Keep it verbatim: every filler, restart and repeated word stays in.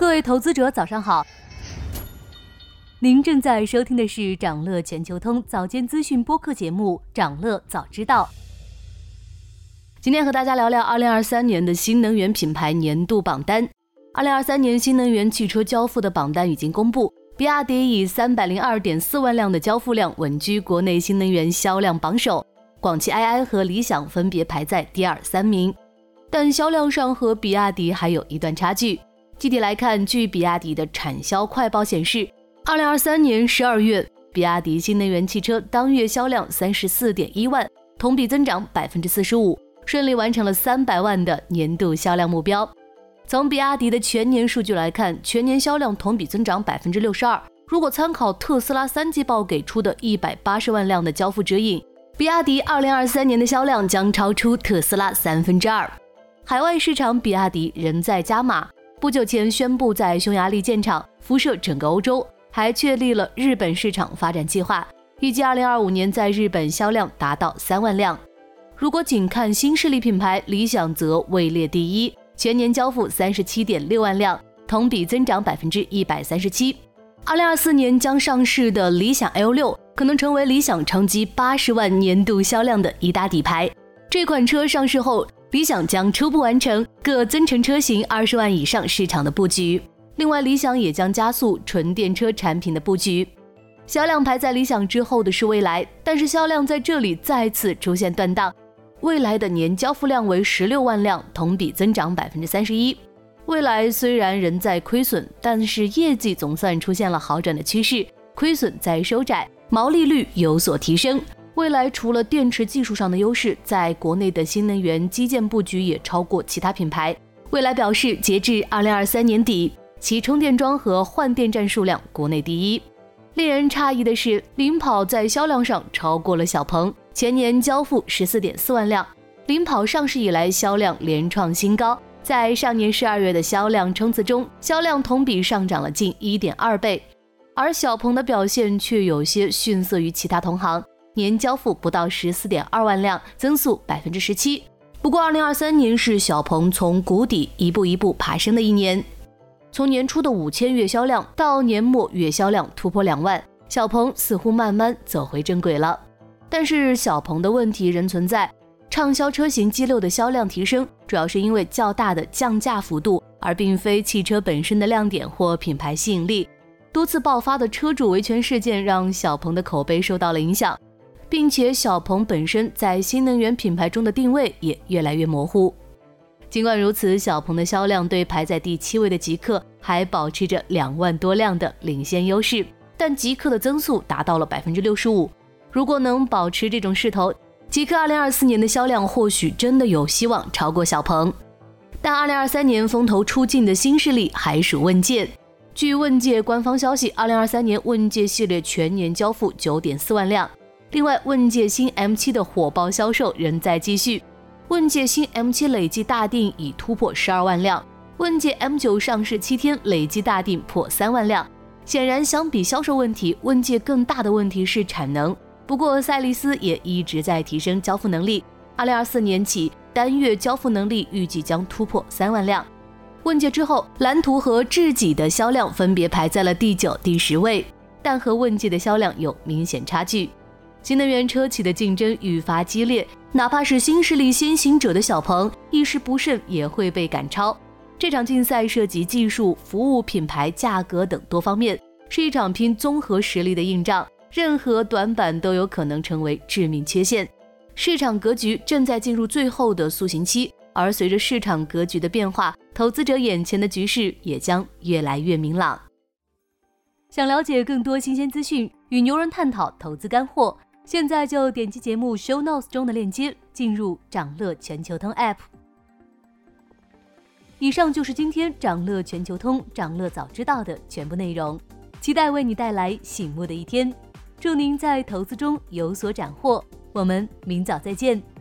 各位投资者早上好，您正在收听的是长乐全球通早间资讯播客节目长乐早知道。今天和大家聊聊二零二三年的新能源品牌年度榜单。二零二三年新能源汽车交付的榜单已经公布，比亚迪以 三百零二点四万辆的交付量稳居国内新能源销量榜首，广汽埃安和理想分别排在第二、三名，但销量上和比亚迪还有一段差距。具体来看，据比亚迪的产销快报显示，二零二三年十二月，比亚迪新能源汽车当月销量 三十四点一万，同比增长 百分之四十五， 顺利完成了三百万的年度销量目标。从比亚迪的全年数据来看，全年销量同比增长 百分之六十二， 如果参考特斯拉三季报给出的一百八十万辆的交付指引，比亚迪二零二三年的销量将超出特斯拉三分之二。海外市场，比亚迪仍在加码，不久前宣布在匈牙利建厂，辐射整个欧洲，还确立了日本市场发展计划，预计二零二五年在日本销量达到三万辆。如果仅看新势力品牌，理想则位列第一，全年交付 三十七点六万辆，同比增长 百分之一百三十七。二零二四年将上市的理想 L 六 可能成为理想冲击八十万年度销量的一大底牌。这款车上市后，理想将初步完成各增程车型二十万以上市场的布局。另外，理想也将加速纯电车产品的布局。销量排在理想之后的是蔚来，但是销量在这里再次出现断档。蔚来的年交付量为十六万辆，同比增长 百分之三十一。蔚来虽然仍在亏损，但是业绩总算出现了好转的趋势，亏损在收窄，毛利率有所提升。蔚来除了电池技术上的优势，在国内的新能源基建布局也超过其他品牌。蔚来表示，截至二零二三年底，其充电桩和换电站数量国内第一。令人诧异的是，领跑在销量上超过了小鹏，全年交付 十四点四万辆。领跑上市以来销量连创新高，在上年十二月的销量冲刺中，销量同比上涨了近 一点二倍。而小鹏的表现却有些逊色于其他同行，年交付不到 十四点二万辆，增速 百分之十七。不过二零二三年是小鹏从谷底一步一步爬升的一年，从年初的五千月销量到年末月销量突破两万，小鹏似乎慢慢走回正轨了。但是小鹏的问题仍存在，畅销车型 G 六 的销量提升主要是因为较大的降价幅度，而并非汽车本身的亮点或品牌吸引力。多次爆发的车主维权事件让小鹏的口碑受到了影响，并且小鹏本身在新能源品牌中的定位也越来越模糊。尽管如此，小鹏的销量对排在第七位的极氪还保持着两万多辆的领先优势，但极氪的增速达到了 百分之六十五。如果能保持这种势头，极氪二零二四年的销量或许真的有希望超过小鹏。但二零二三年风头出尽的新势力还属问界。据问界官方消息，二零二三年问界系列全年交付 九点四万辆。另外，问界新 M 七 的火爆销售仍在继续。问界新 M 七 累计大订已突破十二万辆，问界 M 九 上市七天累计大订破三万辆。显然，相比销售问题，问界更大的问题是产能。不过，赛力斯也一直在提升交付能力。二零二四年起，单月交付能力预计将突破三万辆。问界之后，蓝图和智己的销量分别排在了第九、第十位，但和问界的销量有明显差距。新能源车企的竞争愈发激烈，哪怕是新势力先行者的小鹏，一时不慎也会被赶超。这场竞赛涉及技术、服务、品牌、价格等多方面，是一场拼综合实力的硬仗，任何短板都有可能成为致命缺陷。市场格局正在进入最后的塑形期，而随着市场格局的变化，投资者眼前的局势也将越来越明朗。想了解更多新鲜资讯，与牛人探讨投资干货，现在就点击节目 show notes 中的链接，进入长乐全球通 app。 以上就是今天长乐全球通长乐早知道的全部内容，期待为你带来醒目的一天。祝您在投资中有所斩获，我们明早再见。